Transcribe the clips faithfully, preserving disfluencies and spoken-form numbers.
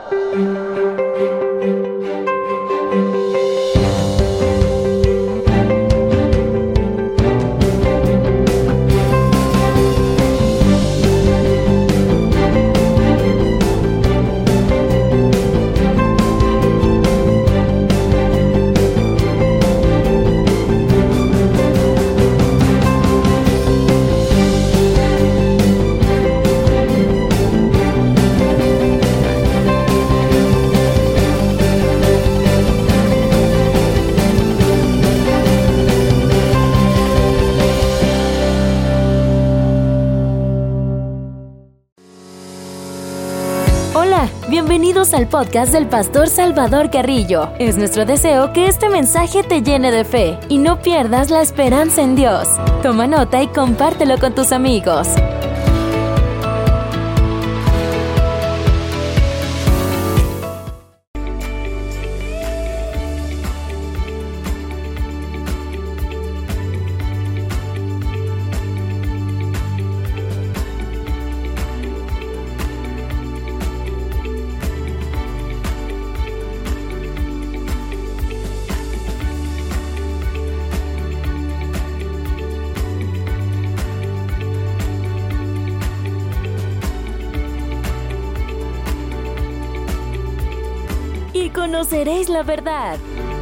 Bienvenidos al podcast del Pastor Salvador Carrillo. Es nuestro deseo que este mensaje te llene de fe y no pierdas la esperanza en Dios. Toma nota y compártelo con tus amigos. Conoceréis la verdad.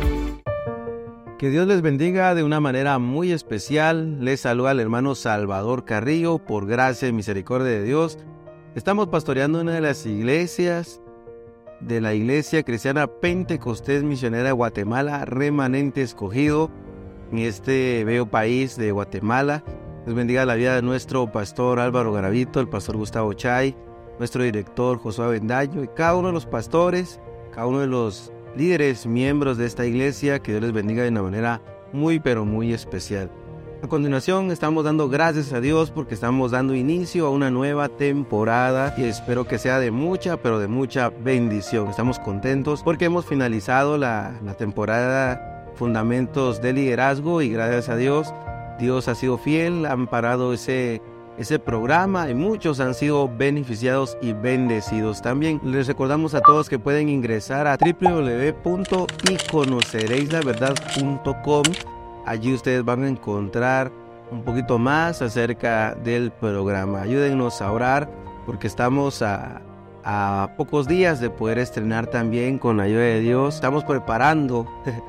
Que Dios les bendiga de una manera muy especial. Les saluda el hermano Salvador Carrillo, por gracia y misericordia de Dios. Estamos pastoreando una de las iglesias de la Iglesia Cristiana Pentecostés Misionera de Guatemala, Remanente Escogido, en este bello país de Guatemala. Dios bendiga la vida de nuestro pastor Álvaro Garavito, el pastor Gustavo Chay, nuestro director Josué Avendaño y cada uno de los pastores, cada uno de los líderes, miembros de esta iglesia. Que Dios les bendiga de una manera muy pero muy especial. A continuación estamos dando gracias a Dios porque estamos dando inicio a una nueva temporada y espero que sea de mucha pero de mucha bendición. Estamos contentos porque hemos finalizado la, la temporada Fundamentos de Liderazgo y gracias a Dios, Dios ha sido fiel, ha amparado ese ese programa y muchos han sido beneficiados y bendecidos también. Les recordamos a todos que pueden ingresar a w w w punto y conoceréis la verdad punto com. Allí ustedes van a encontrar un poquito más acerca del programa. Ayúdennos a orar porque estamos a, a pocos días de poder estrenar también con la ayuda de Dios. Estamos preparando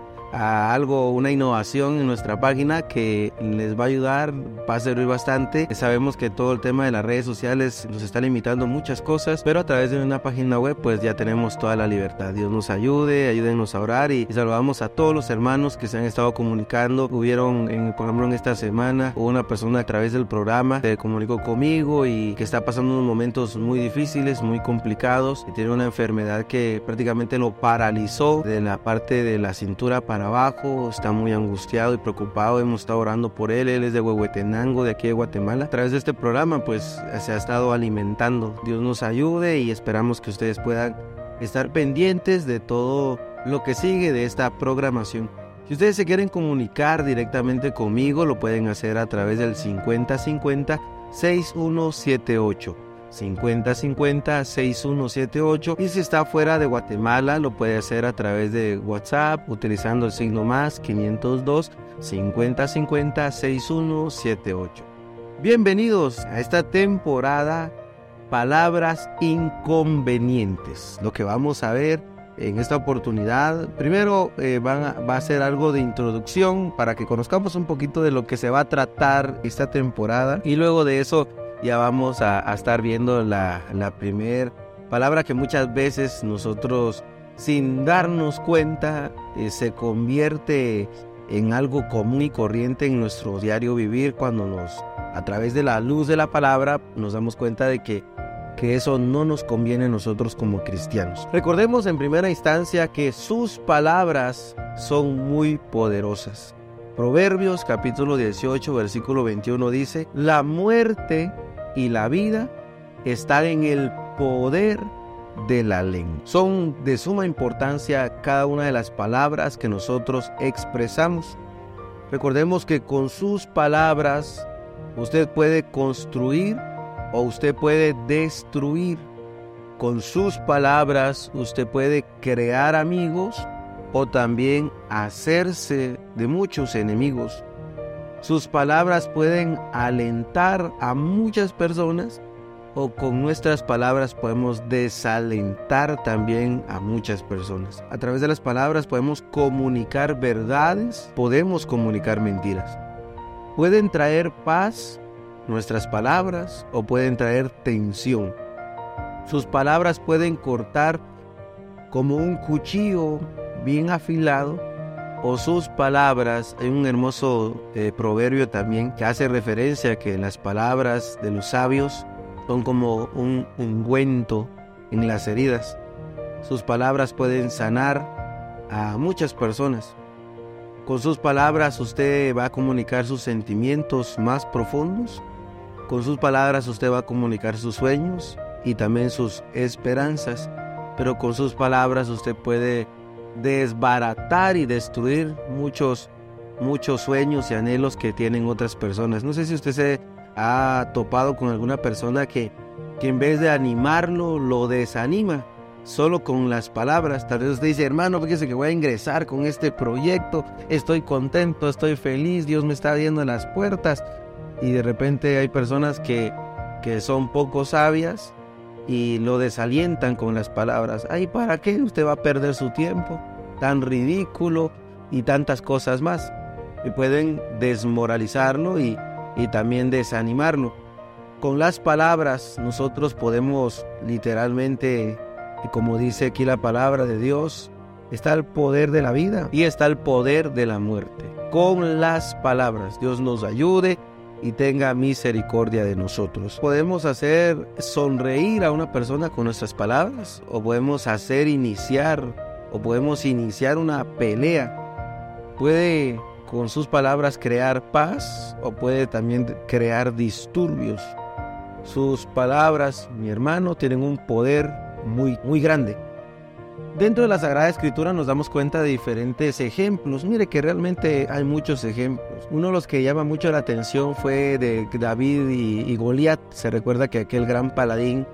a algo, una innovación en nuestra página que les va a ayudar, va a servir bastante. Sabemos que todo el tema de las redes sociales nos está limitando muchas cosas, pero a través de una página web pues ya tenemos toda la libertad. Dios nos ayude, ayúdenos a orar y, y saludamos a todos los hermanos que se han estado comunicando. Hubieron, en, por ejemplo, en esta semana, una persona a través del programa se comunicó conmigo y que está pasando unos momentos muy difíciles, muy complicados, y tiene una enfermedad que prácticamente lo paralizó de la parte de la cintura para abajo. Está muy angustiado y preocupado. Hemos estado orando por él. Él es de Huehuetenango, de aquí de Guatemala. A través de este programa pues se ha estado alimentando. Dios nos ayude y esperamos que ustedes puedan estar pendientes de todo lo que sigue de esta programación. Si ustedes se quieren comunicar directamente conmigo, lo pueden hacer a través del cincuenta cincuenta seis uno siete ocho. cincuenta cincuenta seis uno siete ocho, y si está fuera de Guatemala lo puede hacer a través de WhatsApp utilizando el signo más quinientos dos cincuenta cincuenta sesenta y uno setenta y ocho. Bienvenidos a esta temporada Palabras Inconvenientes. Lo que vamos a ver en esta oportunidad, primero eh, van a, va a ser algo de introducción para que conozcamos un poquito de lo que se va a tratar esta temporada, y luego de eso ya vamos a, a estar viendo la, la primer palabra que muchas veces nosotros, sin darnos cuenta, eh, se convierte en algo común y corriente en nuestro diario vivir, cuando nos, a través de la luz de la palabra, nos damos cuenta de que, que eso no nos conviene a nosotros como cristianos. Recordemos en primera instancia que sus palabras son muy poderosas. Proverbios capítulo dieciocho versículo veintiuno dice: la muerte y la vida están en el poder de la lengua. Son de suma importancia cada una de las palabras que nosotros expresamos. Recordemos que con sus palabras usted puede construir o usted puede destruir. Con sus palabras usted puede crear amigos o también hacerse de muchos enemigos. Sus palabras pueden alentar a muchas personas o con nuestras palabras podemos desalentar también a muchas personas. A través de las palabras podemos comunicar verdades, podemos comunicar mentiras. Pueden traer paz nuestras palabras o pueden traer tensión. Sus palabras pueden cortar como un cuchillo bien afilado, o sus palabras, hay un hermoso eh, proverbio también que hace referencia a que las palabras de los sabios son como un ungüento en las heridas. Sus palabras pueden sanar a muchas personas. Con sus palabras usted va a comunicar sus sentimientos más profundos. Con sus palabras usted va a comunicar sus sueños y también sus esperanzas. Pero con sus palabras usted puede desbaratar y destruir muchos, muchos sueños y anhelos que tienen otras personas. No sé si usted se ha topado con alguna persona que, que en vez de animarlo, lo desanima solo con las palabras. Tal vez usted dice, hermano, fíjese que voy a ingresar con este proyecto, estoy contento, estoy feliz, Dios me está abriendo las puertas. Y de repente hay personas que, que son poco sabias y lo desalientan con las palabras. Ay, ¿para qué? Usted va a perder su tiempo, tan ridículo y tantas cosas más. Y pueden desmoralizarlo y, y también desanimarlo. Con las palabras nosotros podemos literalmente, como dice aquí la palabra de Dios, está el poder de la vida y está el poder de la muerte. Con las palabras, Dios nos ayude y tenga misericordia de nosotros. Podemos hacer sonreír a una persona con nuestras palabras, o podemos hacer iniciar, o podemos iniciar una pelea. Puede con sus palabras crear paz, o puede también crear disturbios. Sus palabras, mi hermano, tienen un poder muy, muy grande. Dentro de la Sagrada Escritura nos damos cuenta de diferentes ejemplos. Mire que realmente hay muchos ejemplos. Uno de los que llama mucho la atención fue de David y, y Goliat. Se recuerda que aquel gran paladín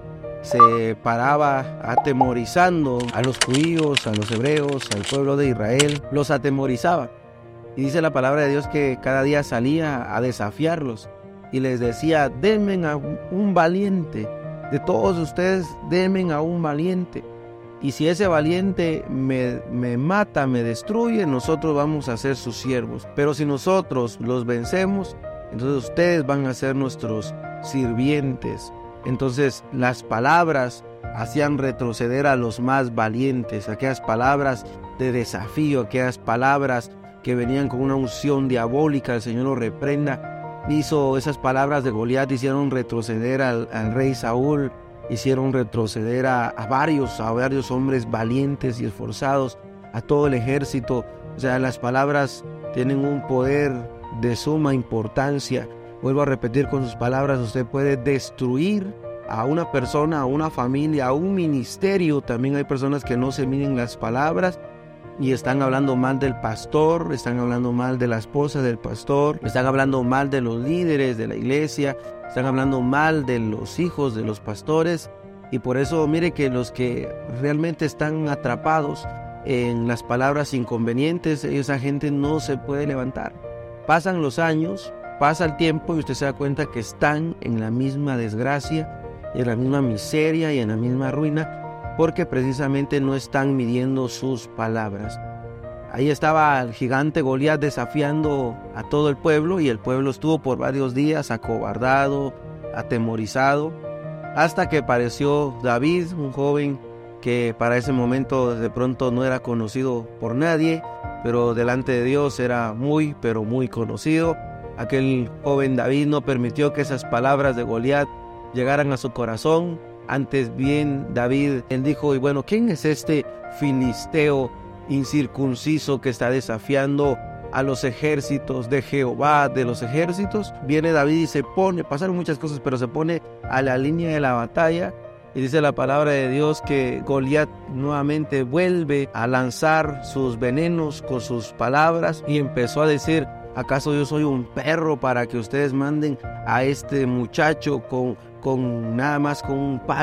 se paraba atemorizando a los judíos, a los hebreos, al pueblo de Israel. Los atemorizaba. Y dice la palabra de Dios que cada día salía a desafiarlos. Y les decía, denme a un valiente. De todos ustedes, denme a un valiente. Y si ese valiente me, me mata, me destruye, nosotros vamos a ser sus siervos. Pero si nosotros los vencemos, entonces ustedes van a ser nuestros sirvientes. Entonces las palabras hacían retroceder a los más valientes, aquellas palabras de desafío, aquellas palabras que venían con una unción diabólica, el Señor lo reprenda. Hizo esas palabras de Goliat, hicieron retroceder al, al rey Saúl, hicieron retroceder a, a varios, a varios hombres valientes y esforzados, a todo el ejército. O sea, las palabras tienen un poder de suma importancia. Vuelvo a repetir, con sus palabras usted puede destruir a una persona, a una familia, a un ministerio. También hay personas que no se miden las palabras y están hablando mal del pastor, están hablando mal de la esposa del pastor, están hablando mal de los líderes de la iglesia, están hablando mal de los hijos de los pastores. Y por eso mire que los que realmente están atrapados en las palabras inconvenientes, esa gente no se puede levantar. Pasan los años, pasa el tiempo y usted se da cuenta que están en la misma desgracia, en la misma miseria y en la misma ruina, porque precisamente no están midiendo sus palabras. Ahí estaba el gigante Goliat desafiando a todo el pueblo, y el pueblo estuvo por varios días acobardado, atemorizado, hasta que apareció David, un joven que para ese momento de pronto no era conocido por nadie, pero delante de Dios era muy, pero muy conocido. Aquel joven David no permitió que esas palabras de Goliat llegaran a su corazón. Antes bien, David él dijo, y bueno, ¿quién es este filisteo incircunciso que está desafiando a los ejércitos de Jehová de los ejércitos? Viene David y se pone, pasaron muchas cosas, pero se pone a la línea de la batalla, y dice la palabra de Dios que Goliat nuevamente vuelve a lanzar sus venenos con sus palabras y empezó a decir, ¿acaso yo soy un perro para que ustedes manden a este muchacho con, con nada más con un palo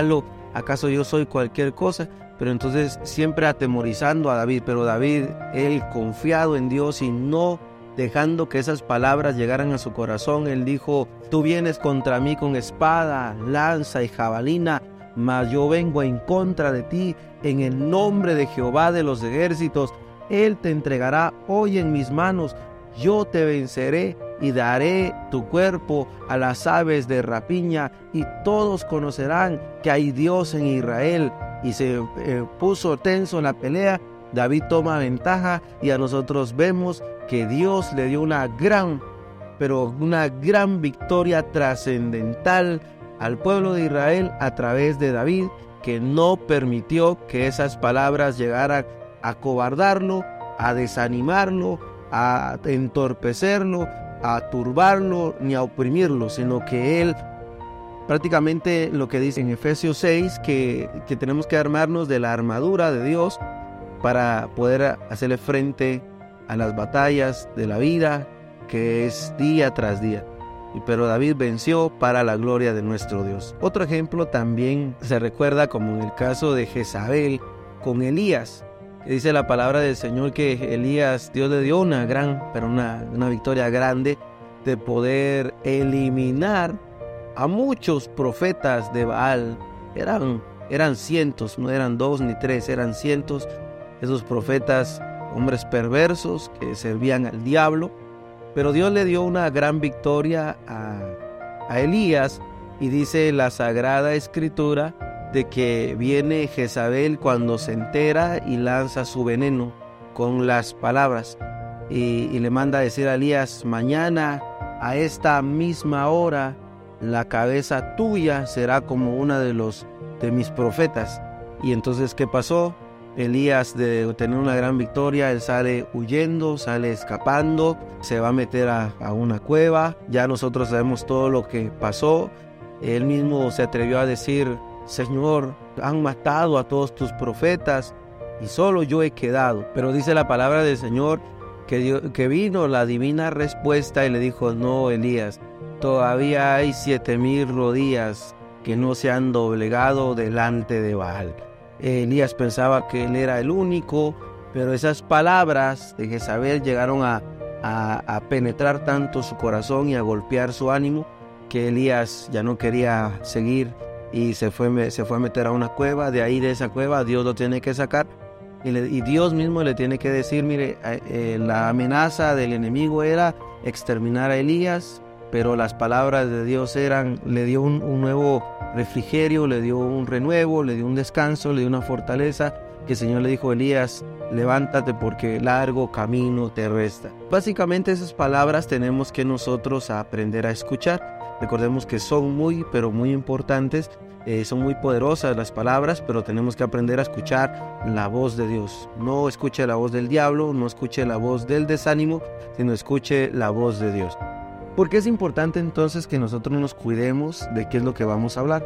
¿Acaso yo soy cualquier cosa? Pero entonces siempre atemorizando a David, pero David, él confiado en Dios y no dejando que esas palabras llegaran a su corazón, él dijo: tú vienes contra mí con espada, lanza y jabalina, mas yo vengo en contra de ti en el nombre de Jehová de los ejércitos. Él te entregará hoy en mis manos, yo te venceré y daré tu cuerpo a las aves de rapiña, y todos conocerán que hay Dios en Israel. Y se eh, puso tenso en la pelea. David toma ventaja y a nosotros vemos que Dios le dio una gran, pero una gran victoria trascendental al pueblo de Israel a través de David, que no permitió que esas palabras llegaran a cobardarlo, a desanimarlo, a entorpecerlo, a turbarlo ni a oprimirlo, sino que él prácticamente lo que dice en Efesios seis, que, que tenemos que armarnos de la armadura de Dios para poder hacerle frente a las batallas de la vida, que es día tras día. Pero David venció para la gloria de nuestro Dios. Otro ejemplo también se recuerda como en el caso de Jezabel con Elías, que dice la palabra del Señor que Elías, Dios le dio una gran, pero una, una victoria grande de poder eliminar a muchos profetas de Baal. Eran, eran cientos, no eran dos ni tres, eran cientos. Esos profetas, hombres perversos que servían al diablo. Pero Dios le dio una gran victoria a, a Elías, y dice la Sagrada Escritura de que viene Jezabel cuando se entera y lanza su veneno con las palabras y, y le manda a decir a Elías: mañana a esta misma hora la cabeza tuya será como una de los de mis profetas. Y entonces, ¿qué pasó? Elías, de tener una gran victoria, él sale huyendo, sale escapando, se va a meter a, a una cueva. Ya nosotros sabemos todo lo que pasó. Él mismo se atrevió a decir: Señor, han matado a todos tus profetas y solo yo he quedado. Pero dice la palabra del Señor que, Dios, que vino la divina respuesta y le dijo: no, Elías, todavía hay siete mil rodillas que no se han doblegado delante de Baal. Elías pensaba que él era el único, pero esas palabras de Jezabel llegaron a, a, a penetrar tanto su corazón y a golpear su ánimo, que Elías ya no quería seguir y se fue, se fue a meter a una cueva. De ahí, de esa cueva, Dios lo tiene que sacar y, le, y Dios mismo le tiene que decir: mire, eh, la amenaza del enemigo era exterminar a Elías, pero las palabras de Dios eran, le dio un, un nuevo refrigerio, le dio un renuevo, le dio un descanso, le dio una fortaleza, que el Señor le dijo: Elías, levántate porque largo camino te resta. Básicamente esas palabras tenemos que nosotros aprender a escuchar. Recordemos que son muy, pero muy importantes, eh, son muy poderosas las palabras, pero tenemos que aprender a escuchar la voz de Dios. No escuche la voz del diablo, no escuche la voz del desánimo, sino escuche la voz de Dios. ¿Por qué es importante entonces que nosotros nos cuidemos de qué es lo que vamos a hablar?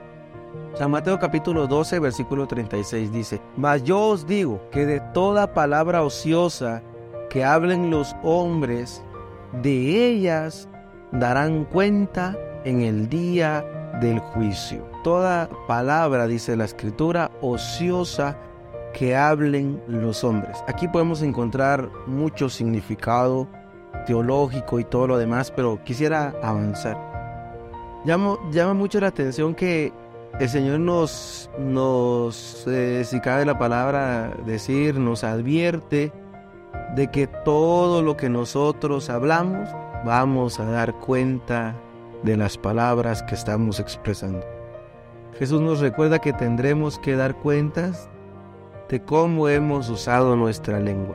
San Mateo capítulo doce, versículo treinta y seis dice: Mas yo os digo que de toda palabra ociosa que hablen los hombres, de ellas darán cuenta en el día del juicio. Toda palabra, dice la Escritura, ociosa que hablen los hombres. Aquí podemos encontrar mucho significado teológico y todo lo demás, pero quisiera avanzar. Llama, llama mucho la atención que el Señor nos, nos eh, si cabe la palabra decir, nos advierte de que todo lo que nosotros hablamos vamos a dar cuenta de las palabras que estamos expresando. Jesús nos recuerda que tendremos que dar cuentas de cómo hemos usado nuestra lengua.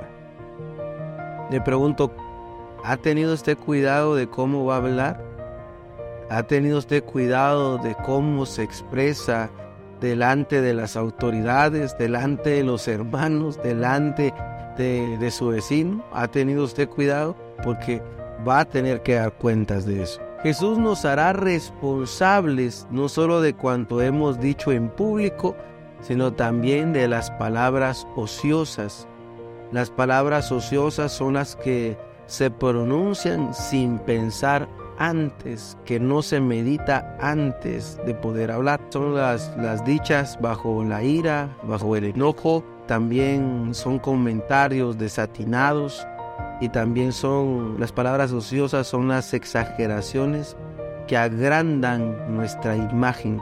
Le pregunto, ¿ha tenido usted cuidado de cómo va a hablar? ¿Ha tenido usted cuidado de cómo se expresa delante de las autoridades, delante de los hermanos, delante de, de su vecino? ¿Ha tenido usted cuidado? Porque va a tener que dar cuentas de eso. Jesús nos hará responsables no solo de cuanto hemos dicho en público, sino también de las palabras ociosas. Las palabras ociosas son las que se pronuncian sin pensar antes, que no se medita antes de poder hablar. Son las, las dichas bajo la ira, bajo el enojo. También son comentarios desatinados. Y también son las palabras ociosas, son las exageraciones que agrandan nuestra imagen.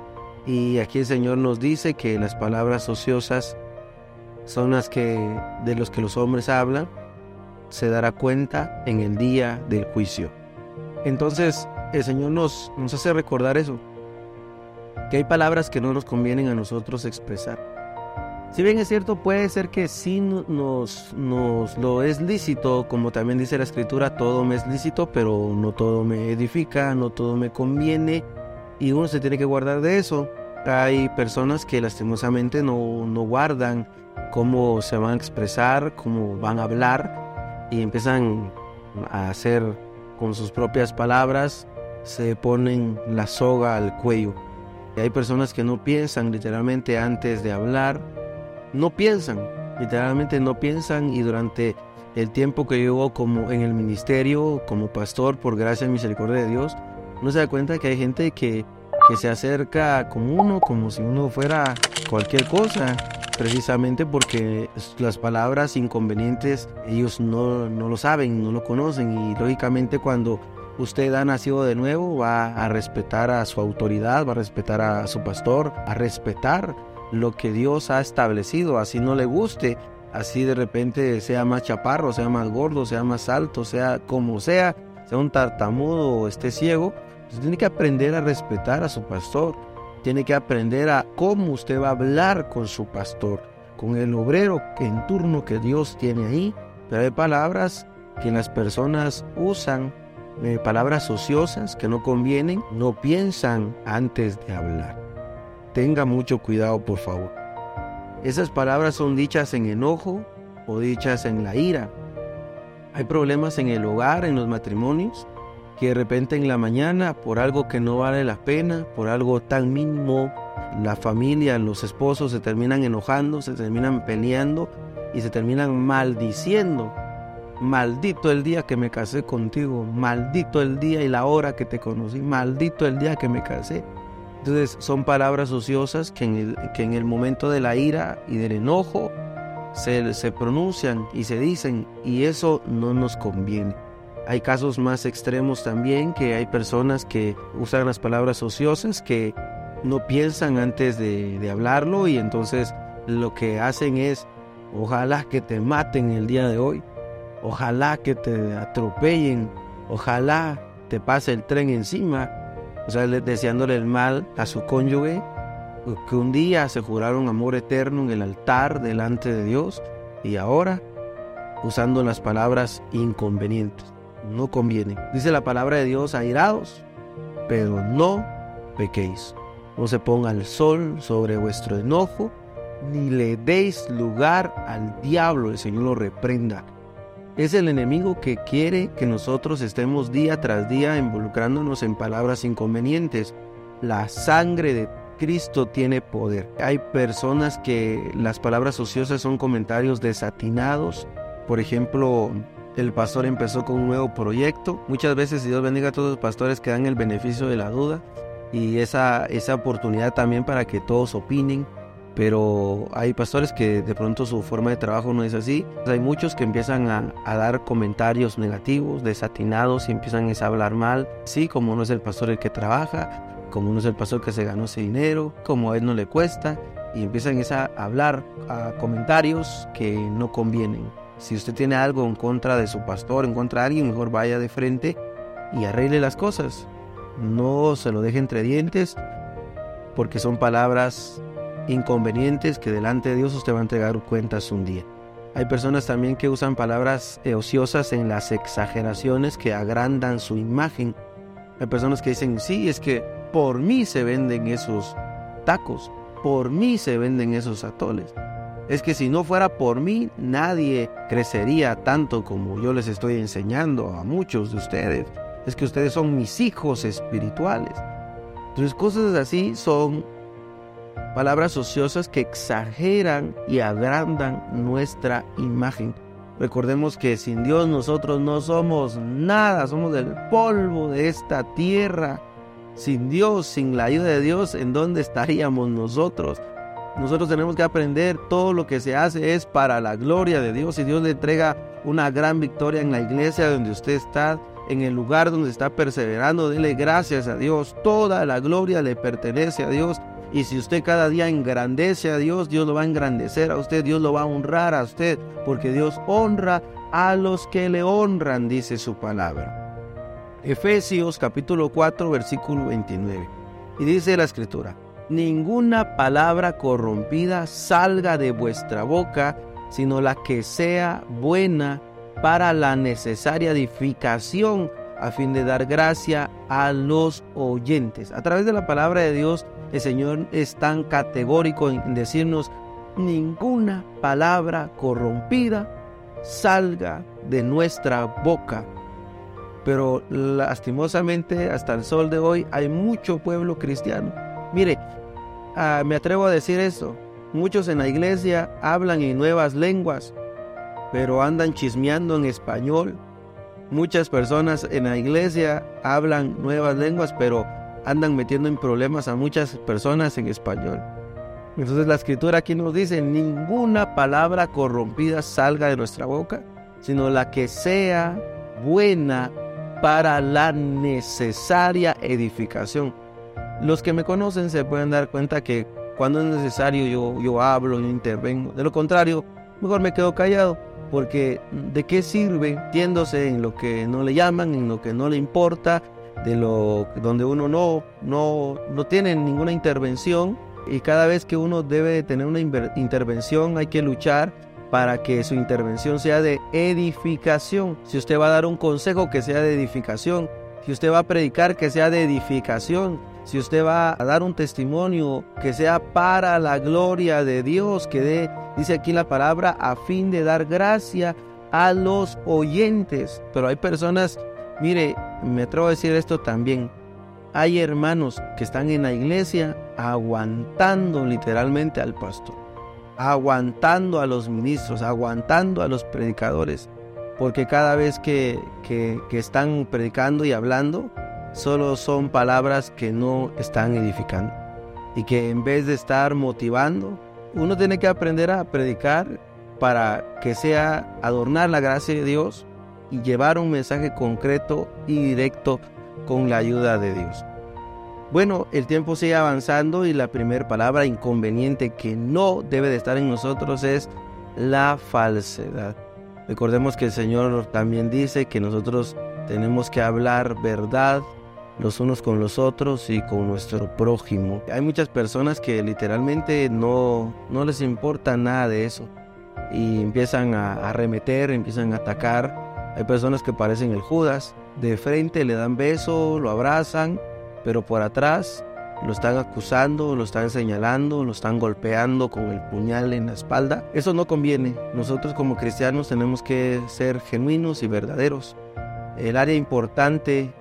Y aquí el Señor nos dice que las palabras ociosas son las que de los que los hombres hablan, se dará cuenta en el día del juicio. Entonces el Señor nos, nos hace recordar eso, que hay palabras que no nos convienen a nosotros expresar. Si bien es cierto, puede ser que sí nos, nos lo es lícito, como también dice la Escritura, todo me es lícito, pero no todo me edifica, no todo me conviene, y uno se tiene que guardar de eso. Hay personas que lastimosamente no, no guardan cómo se van a expresar, cómo van a hablar, y empiezan a hacer con sus propias palabras, se ponen la soga al cuello. Y hay personas que no piensan literalmente antes de hablar, no piensan, literalmente no piensan, y durante el tiempo que llevo como en el ministerio, como pastor, por gracia y misericordia de Dios, uno se da cuenta que hay gente que, que se acerca con uno como si uno fuera cualquier cosa, precisamente porque las palabras inconvenientes ellos no, no lo saben, no lo conocen, y lógicamente cuando usted ha nacido de nuevo va a respetar a su autoridad, va a respetar a su pastor, a respetar lo que Dios ha establecido, así no le guste, así de repente sea más chaparro, sea más gordo, sea más alto, sea como sea, sea un tartamudo o esté ciego. Usted tiene que aprender a respetar a su pastor, tiene que aprender a cómo usted va a hablar con su pastor, con el obrero que en turno que Dios tiene ahí. Pero hay palabras que las personas usan, eh, palabras ociosas que no convienen, no piensan antes de hablar. Tenga mucho cuidado, por favor. Esas palabras son dichas en enojo o dichas en la ira. Hay problemas en el hogar, en los matrimonios, que de repente en la mañana, por algo que no vale la pena, por algo tan mínimo, la familia, los esposos se terminan enojando, se terminan peleando y se terminan maldiciendo. Maldito el día que me casé contigo, maldito el día y la hora que te conocí, maldito el día que me casé. Entonces son palabras ociosas que en el, que en el momento de la ira y del enojo se, se pronuncian y se dicen, y eso no nos conviene. Hay casos más extremos también, que hay personas que usan las palabras ociosas que no piensan antes de, de hablarlo, y entonces lo que hacen es, ojalá que te maten el día de hoy, ojalá que te atropellen, ojalá te pase el tren encima. O sea, deseándole el mal a su cónyuge, que un día se juraron amor eterno en el altar delante de Dios, y ahora usando las palabras inconvenientes. No conviene. Dice la palabra de Dios, airaos, pero no pequéis. No se ponga el sol sobre vuestro enojo, ni le deis lugar al diablo. El Señor lo reprenda. Es el enemigo que quiere que nosotros estemos día tras día involucrándonos en palabras inconvenientes. La sangre de Cristo tiene poder. Hay personas que las palabras ociosas son comentarios desatinados. Por ejemplo, el pastor empezó con un nuevo proyecto. Muchas veces, Dios bendiga a todos los pastores que dan el beneficio de la duda y esa, esa oportunidad también para que todos opinen. Pero hay pastores que de pronto su forma de trabajo no es así. Hay muchos que empiezan a, a dar comentarios negativos, desatinados, y empiezan a hablar mal. Sí, como no es el pastor el que trabaja, como no es el pastor que se ganó ese dinero, como a él no le cuesta, y empiezan a hablar a comentarios que no convienen. Si usted tiene algo en contra de su pastor, en contra de alguien, mejor vaya de frente y arregle las cosas. No se lo deje entre dientes, porque son palabras inconvenientes que delante de Dios usted va a entregar cuentas un día. Hay personas también que usan palabras ociosas en las exageraciones que agrandan su imagen. Hay personas que dicen, sí, es que por mí se venden esos tacos, por mí se venden esos atoles. Es que si no fuera por mí, nadie crecería tanto como yo les estoy enseñando a muchos de ustedes. Es que ustedes son mis hijos espirituales. Entonces, cosas así son palabras ociosas que exageran y agrandan nuestra imagen. Recordemos que sin Dios nosotros no somos nada, somos el polvo de esta tierra. Sin Dios, sin la ayuda de Dios, ¿en dónde estaríamos nosotros? Nosotros tenemos que aprender, todo lo que se hace es para la gloria de Dios, y Dios le entrega una gran victoria en la iglesia donde usted está, en el lugar donde está perseverando. Dele gracias a Dios, toda la gloria le pertenece a Dios. Y si usted cada día engrandece a Dios, Dios lo va a engrandecer a usted, Dios lo va a honrar a usted, porque Dios honra a los que le honran, dice su palabra. Efesios capítulo cuatro, versículo veintinueve. Y dice la Escritura: ninguna palabra corrompida salga de vuestra boca, sino la que sea buena para la necesaria edificación, a fin de dar gracia a los oyentes. A través de la palabra de Dios, el Señor es tan categórico en decirnos: ninguna palabra corrompida salga de nuestra boca. Pero lastimosamente hasta el sol de hoy hay mucho pueblo cristiano. Mire, uh, me atrevo a decir esto: muchos en la iglesia hablan en nuevas lenguas, pero andan chismeando en español. Muchas personas en la iglesia hablan nuevas lenguas, pero andan metiendo en problemas a muchas personas en español. Entonces la Escritura aquí nos dice: ninguna palabra corrompida salga de nuestra boca, sino la que sea buena para la necesaria edificación. Los que me conocen se pueden dar cuenta que cuando es necesario yo, yo hablo, yo intervengo. De lo contrario, mejor me quedo callado, porque ¿de qué sirve metiéndose en lo que no le llaman, en lo que no le importa, de lo donde uno no, no, no tiene ninguna intervención? Y cada vez que uno debe de tener una intervención, hay que luchar para que su intervención sea de edificación. Si usted va a dar un consejo, que sea de edificación. Si usted va a predicar, que sea de edificación. Si usted va a dar un testimonio, que sea para la gloria de Dios, que dé, dice aquí la palabra, a fin de dar gracia a los oyentes. Pero hay personas, mire, me atrevo a decir esto también, hay hermanos que están en la iglesia aguantando literalmente al pastor, aguantando a los ministros, aguantando a los predicadores, porque cada vez que, que, que están predicando y hablando, solo son palabras que no están edificando, y que en vez de estar motivando, uno tiene que aprender a predicar para que sea adornar la gracia de Dios y llevar un mensaje concreto y directo con la ayuda de Dios. Bueno, el tiempo sigue avanzando y la primera palabra inconveniente que no debe de estar en nosotros es la falsedad. Recordemos que el Señor también dice que nosotros tenemos que hablar verdad los unos con los otros y con nuestro prójimo. Hay muchas personas que literalmente no, no les importa nada de eso y empiezan a arremeter, empiezan a atacar. Hay personas que parecen el Judas, de frente le dan beso, lo abrazan, pero por atrás lo están acusando, lo están señalando, lo están golpeando con el puñal en la espalda. Eso no conviene. Nosotros como cristianos tenemos que ser genuinos y verdaderos. El área importante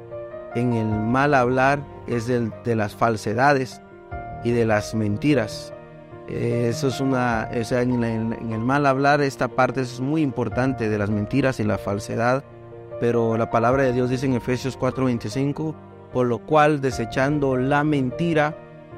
en el mal hablar es el de las falsedades y de las mentiras. Eso es una, o sea, en, en, en el mal hablar esta parte es muy importante, de las mentiras y la falsedad. Pero la palabra de Dios dice en Efesios cuatro veinticinco: por lo cual, desechando la mentira,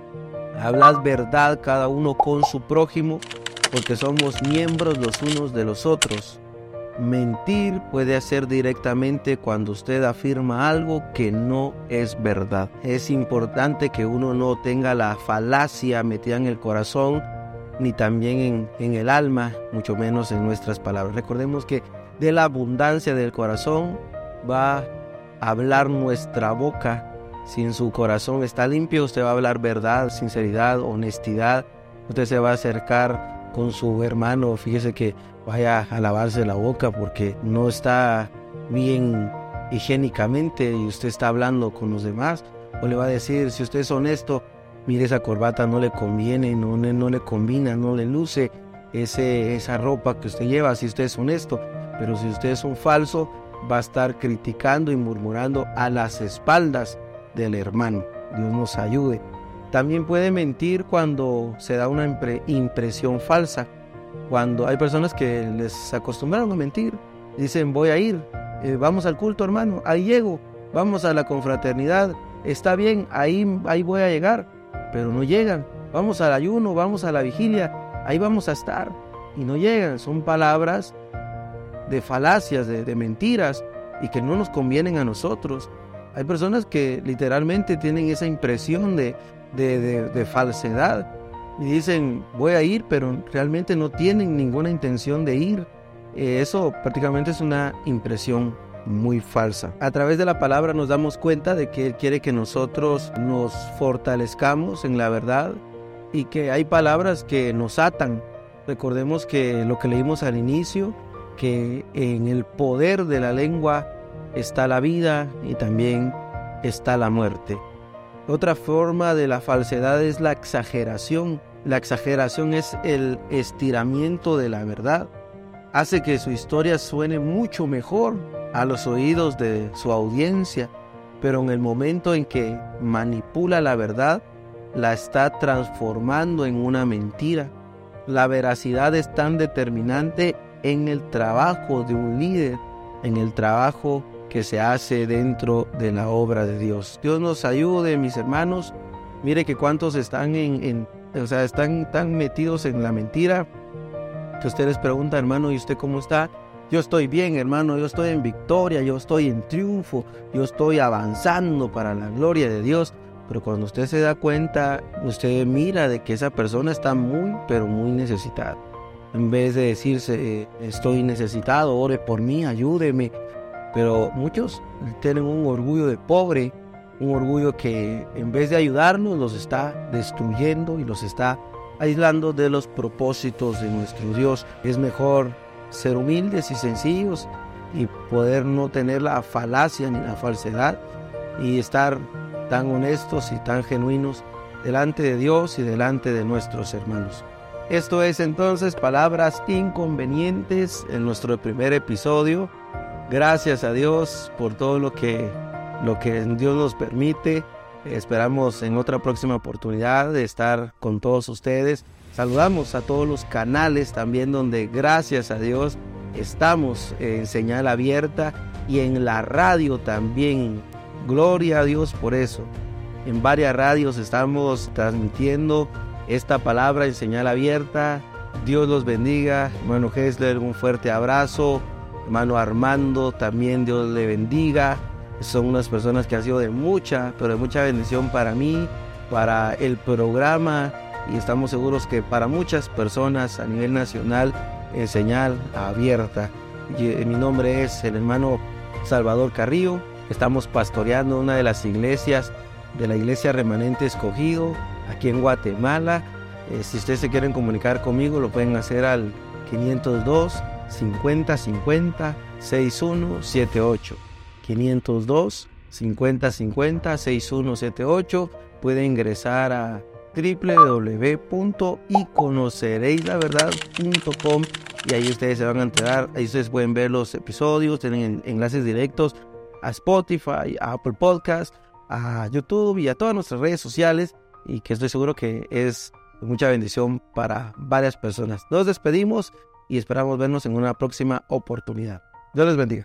hablad verdad cada uno con su prójimo, porque somos miembros los unos de los otros. Mentir puede hacer directamente cuando usted afirma algo que no es verdad. Es importante que uno no tenga la falacia metida en el corazón, ni también en, en el alma, mucho menos en nuestras palabras. Recordemos que de la abundancia del corazón va a hablar nuestra boca. Si en su corazón está limpio, usted va a hablar verdad, sinceridad, honestidad. Usted se va a acercar con su hermano, fíjese que vaya a lavarse la boca porque no está bien higiénicamente y usted está hablando con los demás. O le va a decir, si usted es honesto, mire, esa corbata no le conviene, no, no le combina, no le luce ese, esa ropa que usted lleva, si usted es honesto. Pero si usted es un falso, va a estar criticando y murmurando a las espaldas del hermano. Dios nos ayude. También puede mentir cuando se da una impre- impresión falsa. Cuando hay personas que les acostumbraron a mentir, dicen voy a ir, eh, vamos al culto hermano, ahí llego, vamos a la confraternidad, está bien, ahí, ahí voy a llegar, pero no llegan. Vamos al ayuno, vamos a la vigilia, ahí vamos a estar, y no llegan. Son palabras de falacias, de, de mentiras, y que no nos convienen a nosotros. Hay personas que literalmente tienen esa impresión de, de, de, de falsedad, y dicen voy a ir, pero realmente no tienen ninguna intención de ir. Eh, eso prácticamente es una impresión muy falsa. A través de la palabra nos damos cuenta de que Él quiere que nosotros nos fortalezcamos en la verdad, y que hay palabras que nos atan. Recordemos que lo que leímos al inicio, que en el poder de la lengua está la vida y también está la muerte. Otra forma de la falsedad es la exageración. La exageración es el estiramiento de la verdad. Hace que su historia suene mucho mejor a los oídos de su audiencia, pero en el momento en que manipula la verdad, la está transformando en una mentira. La veracidad es tan determinante en el trabajo de un líder, en el trabajo que se hace dentro de la obra de Dios. Dios nos ayude, mis hermanos. Mire que cuántos están en, en o sea, están tan metidos en la mentira que usted les pregunta, hermano, ¿y usted cómo está? Yo estoy bien, hermano, yo estoy en victoria, yo estoy en triunfo, yo estoy avanzando para la gloria de Dios. Pero cuando usted se da cuenta, usted mira de que esa persona está muy, pero muy necesitada. En vez de decirse, estoy necesitado, ore por mí, ayúdeme. Pero muchos tienen un orgullo de pobre, un orgullo que en vez de ayudarnos los está destruyendo y los está aislando de los propósitos de nuestro Dios. Es mejor ser humildes y sencillos y poder no tener la falacia ni la falsedad y estar tan honestos y tan genuinos delante de Dios y delante de nuestros hermanos. Esto es entonces Palabras Inconvenientes en nuestro primer episodio. Gracias a Dios por todo lo que, lo que Dios nos permite. Esperamos en otra próxima oportunidad de estar con todos ustedes. Saludamos a todos los canales también donde gracias a Dios estamos en señal abierta y en la radio también. Gloria a Dios por eso. En varias radios estamos transmitiendo esta palabra en señal abierta. Dios los bendiga. Hermano Hessler, un fuerte abrazo. Hermano Armando, también Dios le bendiga. Son unas personas que han sido de mucha, pero de mucha bendición para mí, para el programa, y estamos seguros que para muchas personas a nivel nacional en señal abierta. Y, eh, mi nombre es el hermano Salvador Carrillo. Estamos pastoreando una de las iglesias de la Iglesia Remanente Escogido aquí en Guatemala. Eh, si ustedes se quieren comunicar conmigo, lo pueden hacer al quinientos dos, cincuenta cincuenta, sesenta y uno setenta y ocho. quinientos dos, cincuenta cincuenta, sesenta y uno setenta y ocho. Pueden ingresar a doble u doble u doble u punto y conoceréis la verdad punto com y ahí ustedes se van a enterar. Ahí ustedes pueden ver los episodios, tienen enlaces directos a Spotify, a Apple Podcast, a YouTube y a todas nuestras redes sociales, y que estoy seguro que es mucha bendición para varias personas. Nos despedimos y esperamos vernos en una próxima oportunidad. Dios les bendiga.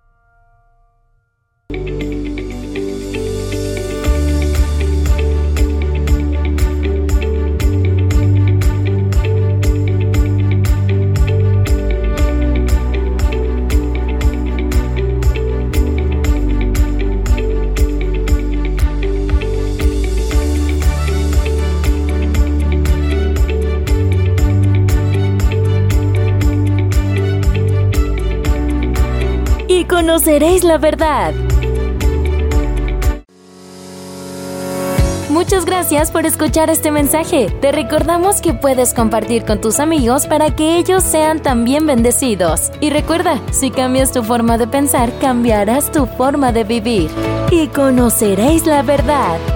Conoceréis la verdad. Muchas gracias por escuchar este mensaje. Te recordamos que puedes compartir con tus amigos para que ellos sean también bendecidos. Y recuerda, si cambias tu forma de pensar, cambiarás tu forma de vivir. Y conoceréis la verdad.